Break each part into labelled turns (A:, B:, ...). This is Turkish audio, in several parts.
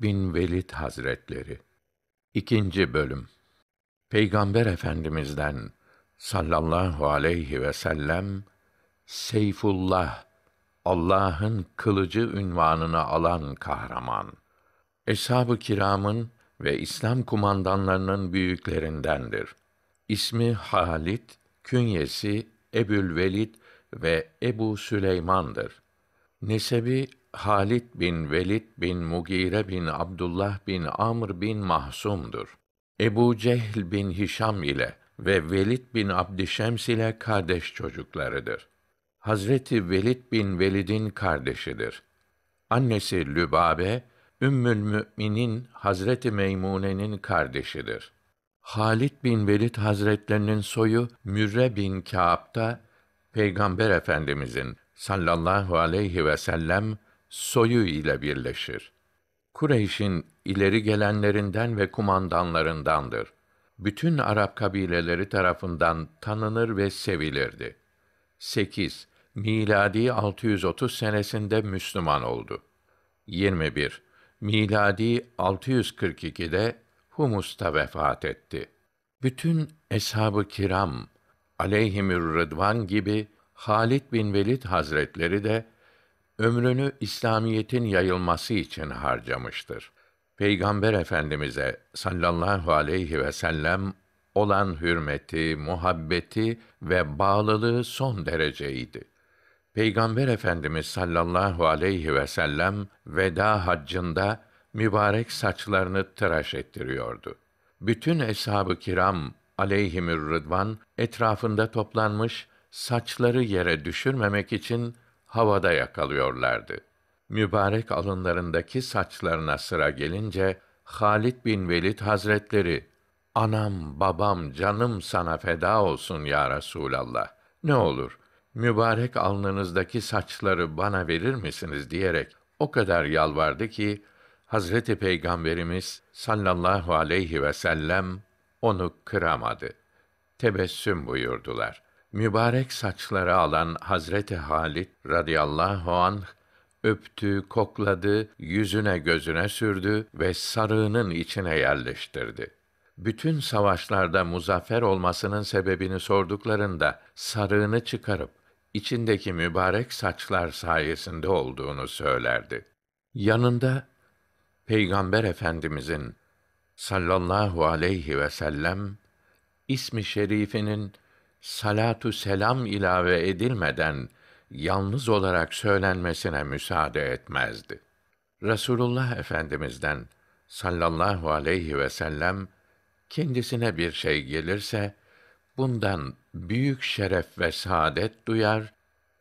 A: bin Velid Hazretleri 2. Bölüm. Peygamber Efendimiz'den sallallahu aleyhi ve sellem, Seyfullah, Allah'ın kılıcı ünvanını alan kahraman. Eshab-ı kiramın ve İslam kumandanlarının büyüklerindendir. İsmi Halid, künyesi Ebülvelid ve Ebu Süleyman'dır. Nesebi Halid bin Velid bin Mugire bin Abdullah bin Amr bin Mahsum'dur. Ebu Cehl bin Hişam ile ve Velid bin Abdişems ile kardeş çocuklarıdır. Hazreti Velid bin Velid'in kardeşidir. Annesi Lübabe, Ümmül Müminin Hazreti Meymune'nin kardeşidir. Halid bin Velid Hazretlerinin soyu Mürre bin Kâb'da Peygamber Efendimizin sallallahu aleyhi ve sellem soyu ile birleşir. Kureyş'in ileri gelenlerinden ve kumandanlarındandır. Bütün Arap kabileleri tarafından tanınır ve sevilirdi. 8. Miladi 630 senesinde Müslüman oldu. 21. Miladi 642'de Humus'ta vefat etti. Bütün eshab-ı kiram aleyhimür rıdvan gibi Halid bin Velid Hazretleri de ömrünü İslamiyetin yayılması için harcamıştır. Peygamber Efendimize sallallahu aleyhi ve sellem olan hürmeti, muhabbeti ve bağlılığı son dereceydi. Peygamber Efendimiz sallallahu aleyhi ve sellem veda haccında mübarek saçlarını tıraş ettiriyordu. Bütün eshab-ı kiram aleyhimür rıdvan etrafında toplanmış, saçları yere düşürmemek için havada yakalıyorlardı. Mübarek alınlarındaki saçlarına sıra gelince Halid bin Velid Hazretleri, "Anam, babam, canım sana feda olsun ya Resûlallah. Ne olur mübarek alnınızdaki saçları bana verir misiniz?" diyerek o kadar yalvardı ki Hazreti Peygamberimiz sallallahu aleyhi ve sellem onu kıramadı. Tebessüm buyurdular. Mübarek saçları alan Hazreti Halid radıyallahu anh öptü, kokladı, yüzüne gözüne sürdü ve sarığının içine yerleştirdi. Bütün savaşlarda muzaffer olmasının sebebini sorduklarında sarığını çıkarıp içindeki mübarek saçlar sayesinde olduğunu söylerdi. Yanında Peygamber Efendimizin sallallahu aleyhi ve sellem ismi şerifinin salatu selam ilave edilmeden yalnız olarak söylenmesine müsaade etmezdi. Resulullah Efendimiz'den sallallahu aleyhi ve sellem kendisine bir şey gelirse bundan büyük şeref ve saadet duyar,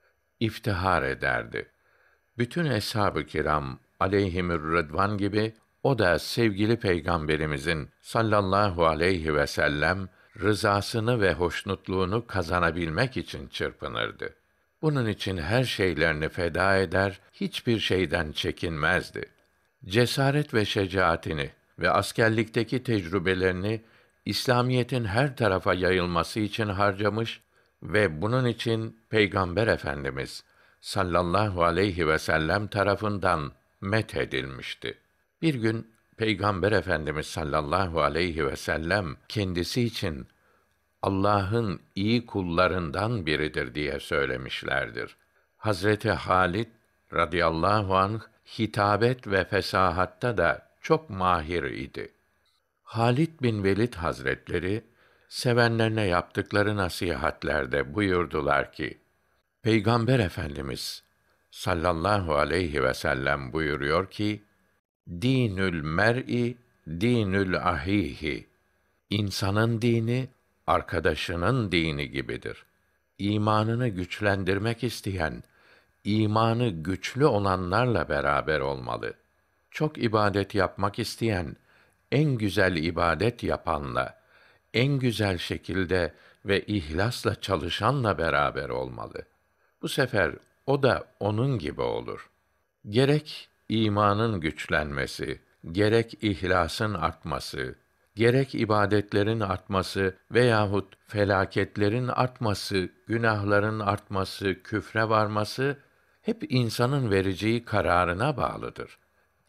A: iftihar ederdi. Bütün eshab-ı kiram aleyhimür rıdvan gibi o da sevgili Peygamberimizin sallallahu aleyhi ve sellem rızasını ve hoşnutluğunu kazanabilmek için çırpınırdı. Bunun için her şeylerini feda eder, hiçbir şeyden çekinmezdi. Cesaret ve şecaatini ve askerlikteki tecrübelerini İslamiyetin her tarafa yayılması için harcamış ve bunun için Peygamber Efendimiz sallallahu aleyhi ve sellem tarafından methedilmişti. Bir gün Peygamber Efendimiz sallallahu aleyhi ve sellem kendisi için Allah'ın iyi kullarından biridir diye söylemişlerdir. Hazreti Halid radıyallahu anh hitabet ve fesahatta da çok mahir idi. Halid bin Velid Hazretleri sevenlerine yaptıkları nasihatlerde buyurdular ki: Peygamber Efendimiz sallallahu aleyhi ve sellem buyuruyor ki: Dinül mer'i dinül ahihi. İnsanın dini arkadaşının dini gibidir. İmanını güçlendirmek isteyen imanı güçlü olanlarla beraber olmalı. Çok ibadet yapmak isteyen en güzel ibadet yapanla, en güzel şekilde ve ihlasla çalışanla beraber olmalı. Bu sefer o da onun gibi olur. Gerek imanın güçlenmesi, gerek ihlasın artması, gerek ibadetlerin artması veyahut felaketlerin artması, günahların artması, küfre varması hep insanın vereceği kararına bağlıdır.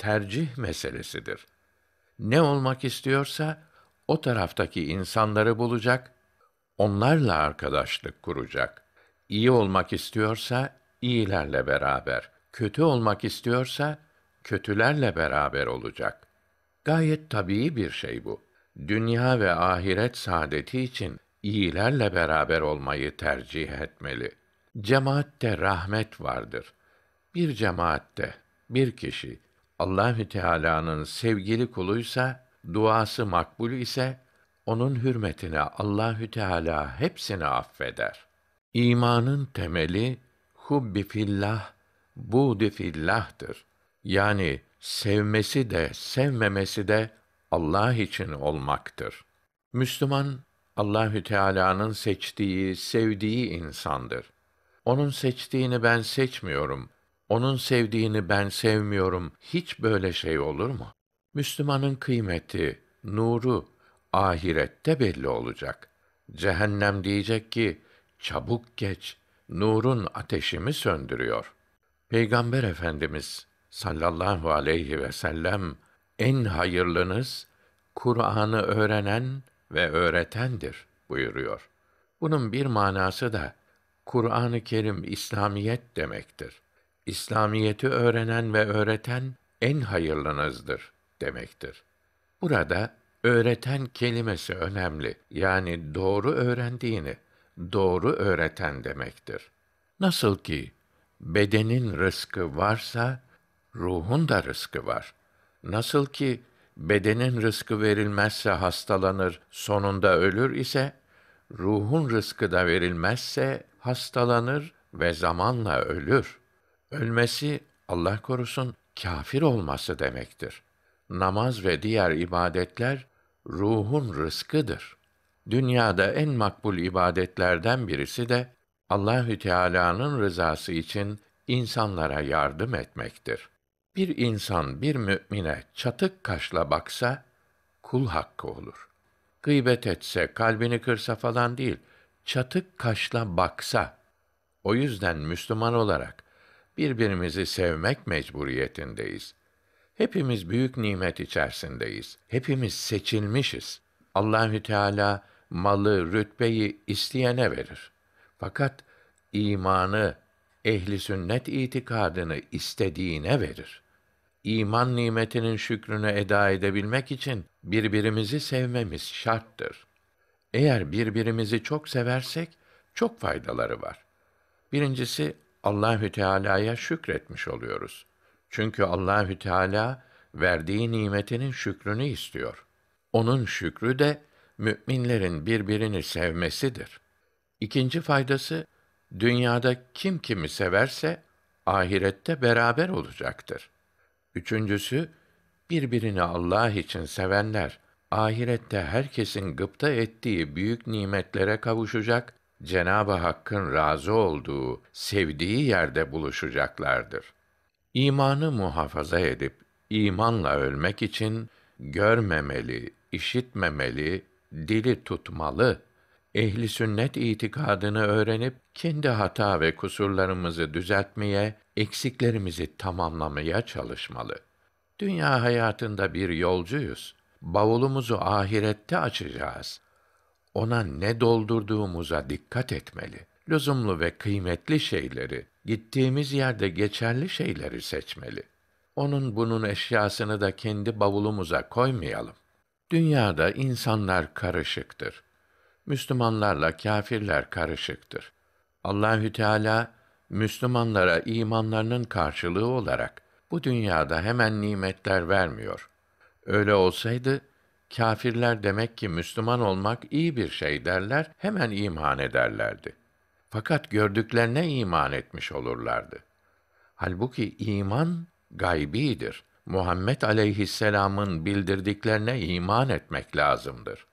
A: tercih meselesidir. Ne olmak istiyorsa o taraftaki insanları bulacak, onlarla arkadaşlık kuracak. İyi olmak istiyorsa iyilerle beraber, kötü olmak istiyorsa kötülerle beraber olacak. Gayet tabii bir şey bu. Dünya ve ahiret saadeti için iyilerle beraber olmayı tercih etmeli. Cemaatte rahmet vardır. Bir cemaatte bir kişi Allahü Teala'nın sevgili kuluysa, duası makbul ise onun hürmetine Allahü Teala hepsini affeder. İmanın temeli hubbi fillah, buğdi fillah'tır. Yani sevmesi de sevmemesi de Allah için olmaktır. Müslüman Allahü Teala'nın seçtiği, sevdiği insandır. Onun seçtiğini ben seçmiyorum, onun sevdiğini ben sevmiyorum. Hiç böyle şey olur mu? Müslümanın kıymeti, nuru ahirette belli olacak. Cehennem diyecek ki, çabuk geç, nurun ateşimi söndürüyor. Peygamber Efendimiz sallallahu aleyhi ve sellem en hayırlınız Kur'an'ı öğrenen ve öğretendir buyuruyor. Bunun bir manası da Kur'an-ı Kerim İslamiyet demektir. İslamiyeti öğrenen ve öğreten en hayırlınızdır demektir. Burada öğreten kelimesi önemli. Yani doğru öğrendiğini doğru öğreten demektir. Nasıl ki bedenin rızkı varsa ruhun da rızkı var. Nasıl ki bedenin rızkı verilmezse hastalanır, sonunda ölür ise ruhun rızkı da verilmezse hastalanır ve zamanla ölür. Ölmesi, Allah korusun, kâfir olması demektir. Namaz ve diğer ibadetler ruhun rızkıdır. Dünyada en makbul ibadetlerden birisi de Allahü Teala'nın rızası için insanlara yardım etmektir. Bir insan bir mümine çatık kaşla baksa kul hakkı olur. Gıybet etse, kalbini kırsa falan değil, çatık kaşla baksa. O yüzden Müslüman olarak birbirimizi sevmek mecburiyetindeyiz. Hepimiz büyük nimet içerisindeyiz. Hepimiz seçilmişiz. Allahü Teala malı, rütbeyi isteyene verir. Fakat imanı, ehli sünnet itikadını istediğine verir. İman nimetinin şükrünü eda edebilmek için birbirimizi sevmemiz şarttır. Eğer birbirimizi çok seversek çok faydaları var. Birincisi Allahü Teala'ya şükretmiş oluyoruz. Çünkü Allahü Teala verdiği nimetinin şükrünü istiyor. Onun şükrü de müminlerin birbirini sevmesidir. İkinci faydası dünyada kim kimi severse ahirette beraber olacaktır. Üçüncüsü birbirini Allah için sevenler ahirette herkesin gıpta ettiği büyük nimetlere kavuşacak, Cenab-ı Hakk'ın razı olduğu, sevdiği yerde buluşacaklardır. İmanı muhafaza edip imanla ölmek için görmemeli, işitmemeli, dili tutmalı, ehli sünnet itikadını öğrenip kendi hata ve kusurlarımızı düzeltmeye, eksiklerimizi tamamlamaya çalışmalı. Dünya hayatında bir yolcuyuz. Bavulumuzu ahirette açacağız. Ona ne doldurduğumuza dikkat etmeli. Lüzumlu ve kıymetli şeyleri, gittiğimiz yerde geçerli şeyleri seçmeli. Onun bunun eşyasını da kendi bavulumuza koymayalım. Dünyada insanlar karışıktır. Müslümanlarla kâfirler karışıktır. Allahü Teala Müslümanlara imanlarının karşılığı olarak bu dünyada hemen nimetler vermiyor. Öyle olsaydı kâfirler demek ki Müslüman olmak iyi bir şey derler, hemen iman ederlerdi. Fakat gördüklerine iman etmiş olurlardı. Halbuki iman gaybidir. Muhammed aleyhisselam'ın bildirdiklerine iman etmek lazımdır.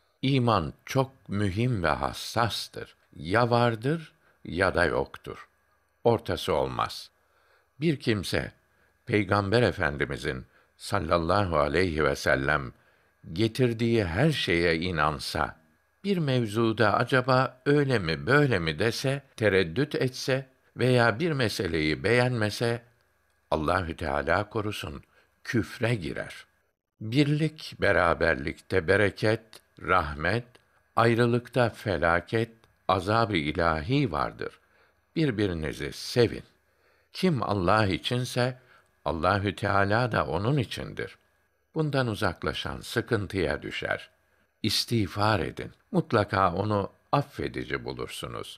A: İman çok mühim ve hassastır. Ya vardır ya da yoktur. Ortası olmaz. Bir kimse Peygamber Efendimizin sallallahu aleyhi ve sellem getirdiği her şeye inansa, bir mevzuda acaba öyle mi böyle mi dese, tereddüt etse veya bir meseleyi beğenmese, Allahü Teala korusun, küfre girer. Birlik, beraberlikte bereket, rahmet, ayrılıkta felaket, azab-ı ilahi vardır. Birbirinizi sevin. Kim Allah içinse Allahü Teala da onun içindir. Bundan uzaklaşan sıkıntıya düşer. İstiğfar edin. Mutlaka onu affedici bulursunuz.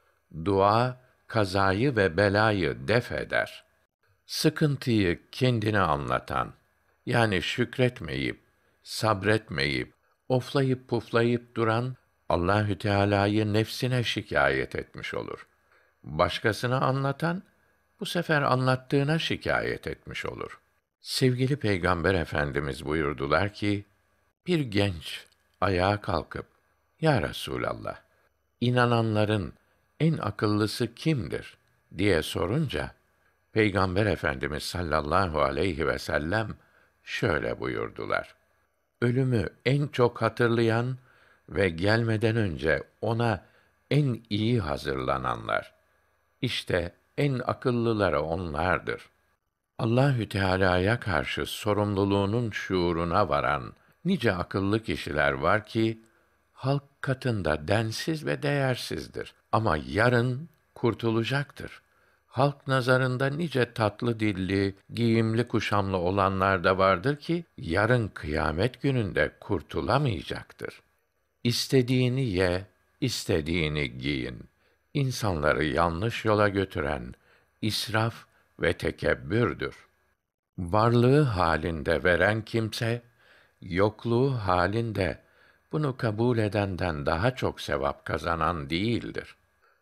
A: Dua kazayı ve belayı def eder. Sıkıntıyı kendine anlatan, yani şükretmeyip, sabretmeyip, oflayıp puflayıp duran Allahü Teala'yı nefsine şikayet etmiş olur. Başkasına anlatan bu sefer anlattığına şikayet etmiş olur. Sevgili Peygamber Efendimiz buyurdular ki, bir genç ayağa kalkıp, Ya Resûlallah, inananların en akıllısı kimdir diye sorunca, Peygamber Efendimiz sallallahu aleyhi ve sellem şöyle buyurdular: Ölümü en çok hatırlayan ve gelmeden önce ona en iyi hazırlananlar. İşte en akıllıları onlardır. Allahü Teala'ya karşı sorumluluğunun şuuruna varan nice akıllı kişiler var ki halk katında densiz ve değersizdir ama yarın kurtulacaktır. Halk nazarında nice tatlı dilli, giyimli kuşamlı olanlar da vardır ki yarın kıyamet gününde kurtulamayacaktır. İstediğini ye, istediğini giyin. İnsanları yanlış yola götüren israf ve tekebbürdür. Varlığı halinde veren kimse, yokluğu halinde bunu kabul edenden daha çok sevap kazanan değildir.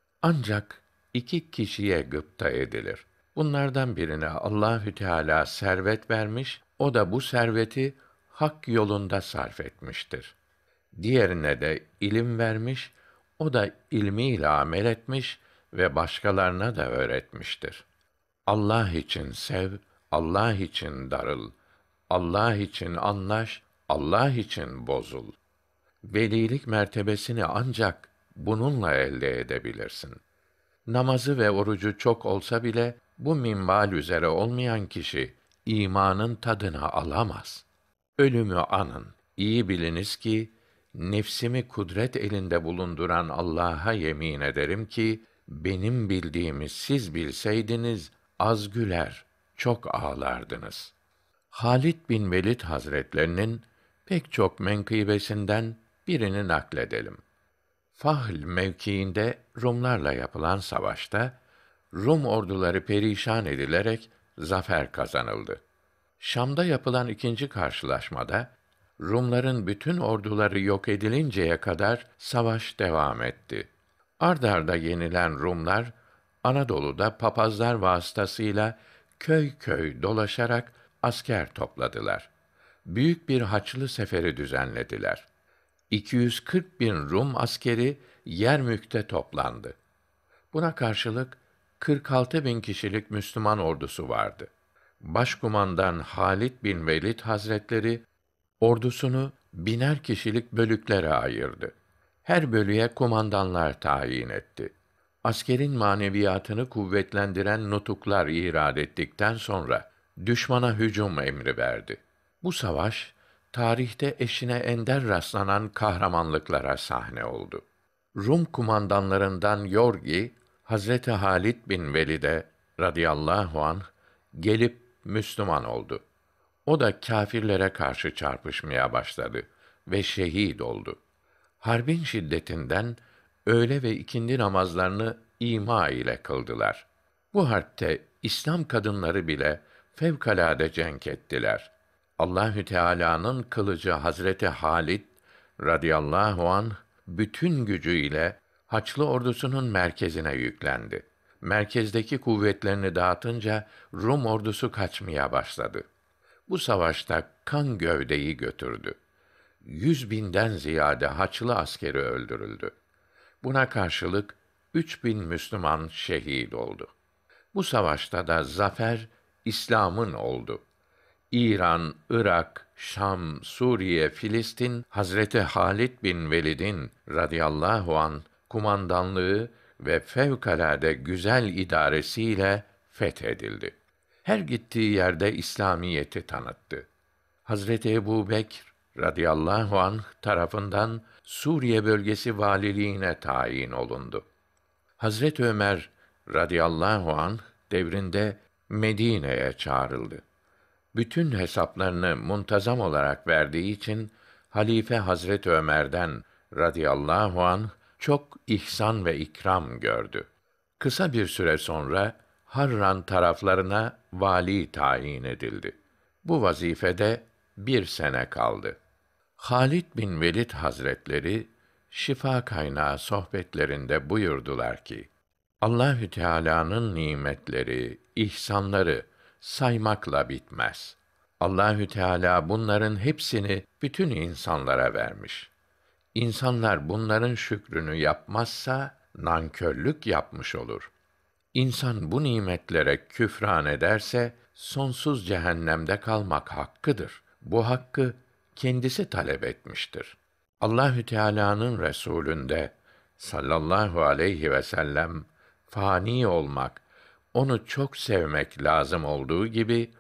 A: Ancak iki kişiye gıpta edilir. Bunlardan birine Allahü Teala servet vermiş, o da bu serveti hak yolunda sarf etmiştir. Diğerine de ilim vermiş, o da ilmiyle amel etmiş ve başkalarına da öğretmiştir. Allah için sev, Allah için darıl, Allah için anlaş, Allah için bozul. Velilik mertebesini ancak bununla elde edebilirsin. Namazı ve orucu çok olsa bile bu minval üzere olmayan kişi imanın tadını alamaz. Ölümü anın. İyi biliniz ki nefsimi kudret elinde bulunduran Allah'a yemin ederim ki benim bildiğimi siz bilseydiniz az güler, çok ağlardınız. Halid bin Velid Hazretlerinin pek çok menkıbesinden birini nakledelim. Fahl mevkiinde Rumlarla yapılan savaşta Rum orduları perişan edilerek zafer kazanıldı. Şam'da yapılan ikinci karşılaşmada Rumların bütün orduları yok edilinceye kadar savaş devam etti. Ard arda yenilen Rumlar Anadolu'da papazlar vasıtasıyla köy köy dolaşarak asker topladılar. Büyük bir haçlı seferi düzenlediler. 240 bin Rum askeri Yermük'te toplandı. Buna karşılık 46 bin kişilik Müslüman ordusu vardı. Başkumandan Halid bin Velid Hazretleri ordusunu 1000'er kişilik bölüklere ayırdı. Her bölüye kumandanlar tayin etti. Askerin maneviyatını kuvvetlendiren nutuklar irad ettikten sonra düşmana hücum emri verdi. Bu savaş tarihte eşine ender rastlanan kahramanlıklara sahne oldu. Rum kumandanlarından Yorgi, Hazreti Halid bin Velid'e radıyallahu anh gelip Müslüman oldu. O da kâfirlere karşı çarpışmaya başladı ve şehit oldu. Harbin şiddetinden öğle ve ikindi namazlarını ima ile kıldılar. Bu harpte İslam kadınları bile fevkalade cenk ettiler. Allahü Teala'nın kılıcı Hazreti Halid radıyallahu anh bütün gücüyle Haçlı ordusunun merkezine yüklendi. Merkezdeki kuvvetlerini dağıtınca Rum ordusu kaçmaya başladı. Bu savaşta kan gövdeyi götürdü. 100.000'den ziyade Haçlı askeri öldürüldü. Buna karşılık 3.000 Müslüman şehit oldu. Bu savaşta da zafer İslam'ın oldu. İran, Irak, Şam, Suriye, Filistin, Hazreti Halid bin Velid'in radıyallahu an kumandanlığı ve fevkalade güzel idaresiyle fethedildi. Her gittiği yerde İslamiyeti tanıttı. Hazreti Ebubekr radıyallahu anh tarafından Suriye bölgesi valiliğine tayin olundu. Hazret Ömer radıyallahu anh devrinde Medine'ye çağrıldı. Bütün hesaplarını muntazam olarak verdiği için Halife Hazret Ömer'den radıyallahu anh çok ihsan ve ikram gördü. Kısa bir süre sonra Harran taraflarına vali tayin edildi. Bu vazifede 1 sene kaldı. Halid bin Velid Hazretleri şifa kaynağı sohbetlerinde buyurdular ki: Allahü Teala'nın nimetleri, ihsanları saymakla bitmez. Allahü Teala bunların hepsini bütün insanlara vermiş. İnsanlar bunların şükrünü yapmazsa nankörlük yapmış olur. İnsan bu nimetlere küfran ederse sonsuz cehennemde kalmak hakkıdır. Bu hakkı kendisi talep etmiştir. Allahü Teala'nın Resulünde sallallahu aleyhi ve sellem fani olmak, onu çok sevmek lazım olduğu gibi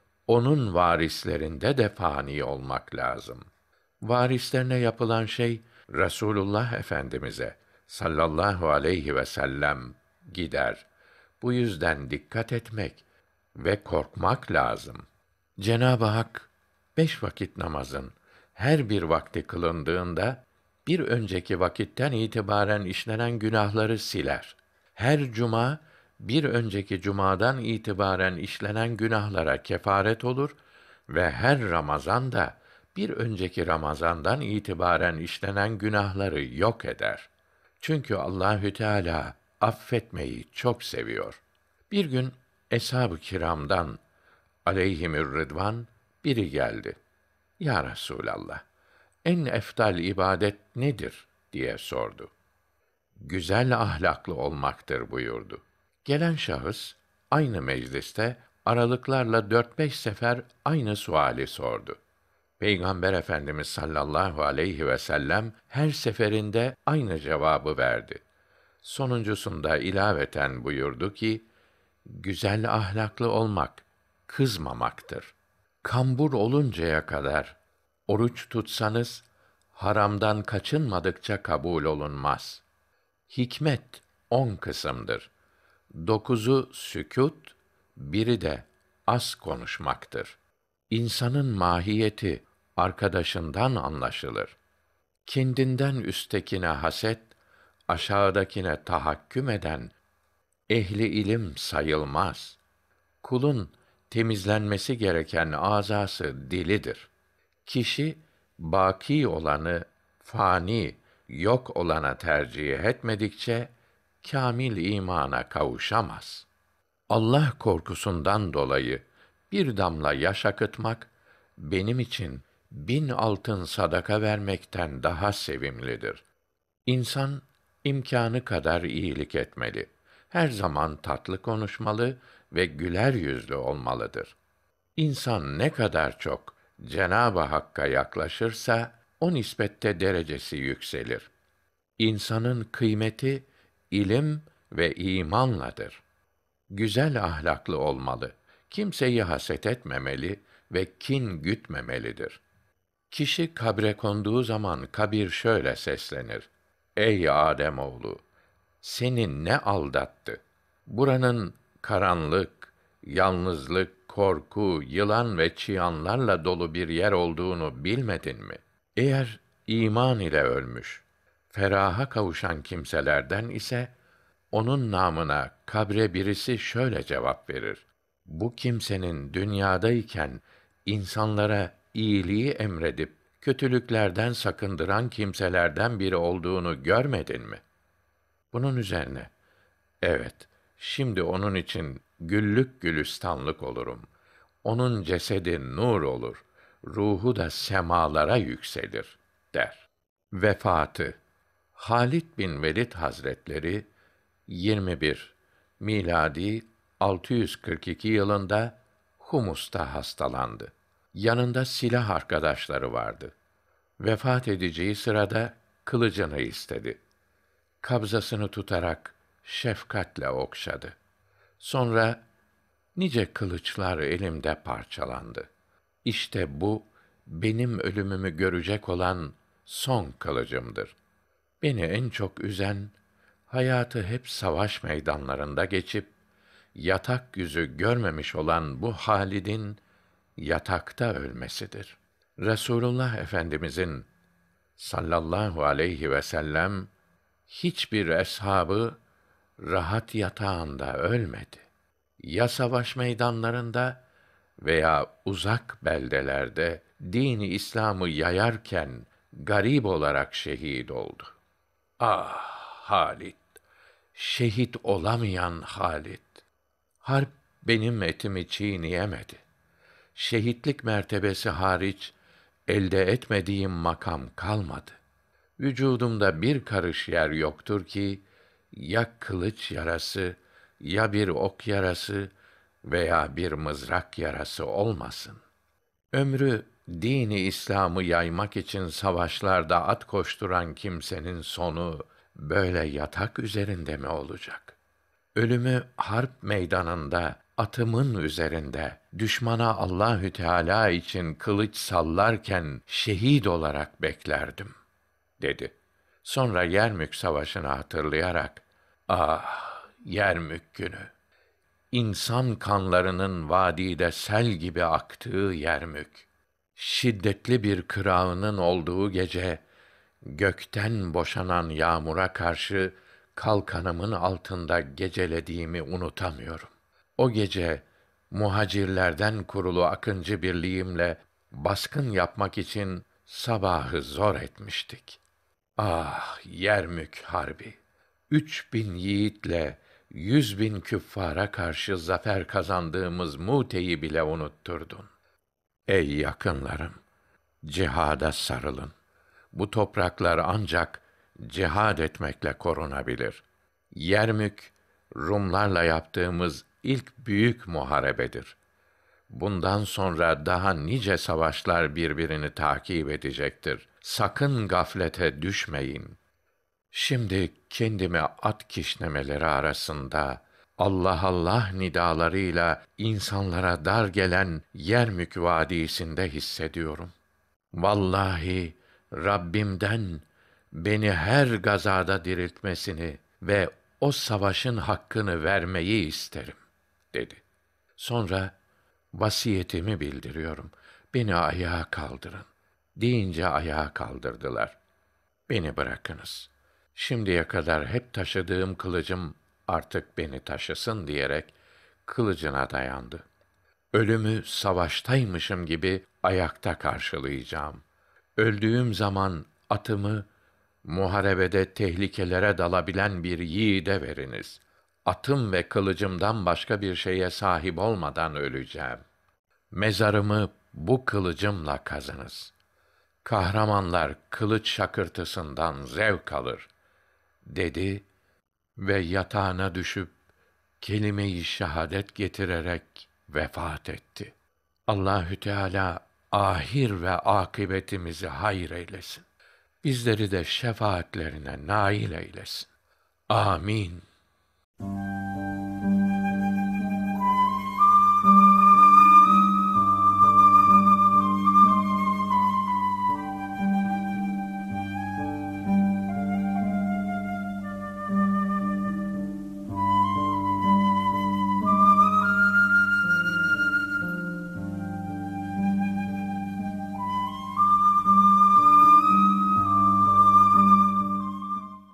A: onun varislerinde de fani olmak lazım. Varislerine yapılan şey Resulullah Efendimize sallallahu aleyhi ve sellem gider. Bu yüzden dikkat etmek ve korkmak lazım. Cenab-ı Hak 5 vakit namazın her bir vakti kılındığında bir önceki vakitten itibaren işlenen günahları siler. Her cuma bir önceki cumadan itibaren işlenen günahlara kefaret olur ve her Ramazan da bir önceki Ramazandan itibaren işlenen günahları yok eder. Çünkü Allahü Teala affetmeyi çok seviyor. Bir gün eshab-ı kiramdan aleyhimür rıdvan biri geldi. Ya Resûlallah, en efdal ibadet nedir diye sordu. Güzel ahlaklı olmaktır buyurdu. Gelen şahıs aynı mecliste aralıklarla 4-5 sefer aynı suali sordu. Peygamber Efendimiz sallallahu aleyhi ve sellem her seferinde aynı cevabı verdi. Sonuncusunda ilaveten buyurdu ki, güzel ahlaklı olmak kızmamaktır. Kambur oluncaya kadar oruç tutsanız haramdan kaçınmadıkça kabul olunmaz. Hikmet 10 kısımdır. 9'u sükût, biri de az konuşmaktır. İnsanın mahiyeti arkadaşından anlaşılır. Kendinden üsttekine haset, aşağıdakine tahakküm eden ehli ilim sayılmaz. Kulun temizlenmesi gereken azası dilidir. Kişi baki olanı fani, yok olana tercih etmedikçe kâmil imana kavuşamaz. Allah korkusundan dolayı bir damla yaş akıtmak benim için 1000 altın sadaka vermekten daha sevimlidir. İnsan imkânı kadar iyilik etmeli. Her zaman tatlı konuşmalı ve güler yüzlü olmalıdır. İnsan ne kadar çok Cenab-ı Hakk'a yaklaşırsa o nispette derecesi yükselir. İnsanın kıymeti ilim ve imanladır. Güzel ahlaklı olmalı. Kimseyi haset etmemeli ve kin gütmemelidir. Kişi kabre konduğu zaman kabir şöyle seslenir: Ey Adem oğlu, seni ne aldattı? Buranın karanlık, yalnızlık, korku, yılan ve çıyanlarla dolu bir yer olduğunu bilmedin mi? Eğer iman ile ölmüş, feraha kavuşan kimselerden ise onun namına kabre birisi şöyle cevap verir: Bu kimsenin dünyadayken insanlara iyiliği emredip kötülüklerden sakındıran kimselerden biri olduğunu görmedin mi? Bunun üzerine, evet, şimdi onun için güllük gülistanlık olurum. Onun cesedi nur olur, ruhu da semalara yükselir, der. Vefatı Halid bin Velid Hazretleri 21 miladi 642 yılında Humus'ta hastalandı. Yanında silah arkadaşları vardı. Vefat edeceği sırada kılıcını istedi. Kabzasını tutarak şefkatle okşadı. Sonra Nice kılıçlar elimde parçalandı. İşte bu, benim ölümümü görecek olan son kılıcımdır. Beni en çok üzen, hayatı hep savaş meydanlarında geçip, yatak yüzü görmemiş olan bu Halid'in, yatakta ölmesidir. Resulullah Efendimizin sallallahu aleyhi ve sellem, hiçbir eshabı rahat yatağında ölmedi. Ya savaş meydanlarında veya uzak beldelerde dini İslam'ı yayarken garip olarak şehit oldu. Ah Halit, şehit olamayan Halit. Harp benim etimi çiğneyemedi. Şehitlik mertebesi hariç elde etmediğim makam kalmadı. Vücudumda bir karış yer yoktur ki, ya kılıç yarası, ya bir ok yarası veya bir mızrak yarası olmasın. Ömrü dini İslam'ı yaymak için savaşlarda at koşturan kimsenin sonu böyle yatak üzerinde mi olacak? Ölümü harp meydanında, atımın üzerinde, düşmana Allahü Teala için kılıç sallarken şehit olarak beklerdim, dedi. Sonra Yermük Savaşı'nı hatırlayarak, ah Yermük günü! İnsan kanlarının vadide sel gibi aktığı Yermük! Şiddetli bir kırağının olduğu gece, gökten boşanan yağmura karşı kalkanımın altında gecelediğimi unutamıyorum. O gece muhacirlerden kurulu akıncı birliğimle baskın yapmak için sabahı zor etmiştik. Ah Yermük harbi! 3.000 yiğitle 100.000 küffara karşı zafer kazandığımız Mute'yi bile unutturdun. Ey yakınlarım! Cihada sarılın. Bu topraklar ancak cihad etmekle korunabilir. Yermük, Rumlarla yaptığımız ilk büyük muharebedir. Bundan sonra daha nice savaşlar birbirini takip edecektir. Sakın gaflete düşmeyin. Şimdi kendimi at kişnemeleri arasında, Allah Allah nidalarıyla insanlara dar gelen Yermük vadisinde hissediyorum. Vallahi Rabbimden beni her gazada diriltmesini ve o savaşın hakkını vermeyi isterim, dedi. Sonra, vasiyetimi bildiriyorum, beni ayağa kaldırın, deyince ayağa kaldırdılar. Beni bırakınız. Şimdiye kadar hep taşıdığım kılıcım artık beni taşısın diyerek kılıcına dayandı. Ölümü savaştaymışım gibi ayakta karşılayacağım. Öldüğüm zaman atımı muharebede tehlikelere dalabilen bir yiğide veriniz. Atım ve kılıcımdan başka bir şeye sahip olmadan öleceğim. Mezarımı bu kılıcımla kazınız. Kahramanlar kılıç şakırtısından zevk alır, dedi ve yatağına düşüp kelime-i şehadet getirerek vefat etti. Allahü Teala ahir ve akıbetimizi hayır eylesin. Bizleri de şefaatlerine nail eylesin. Amin.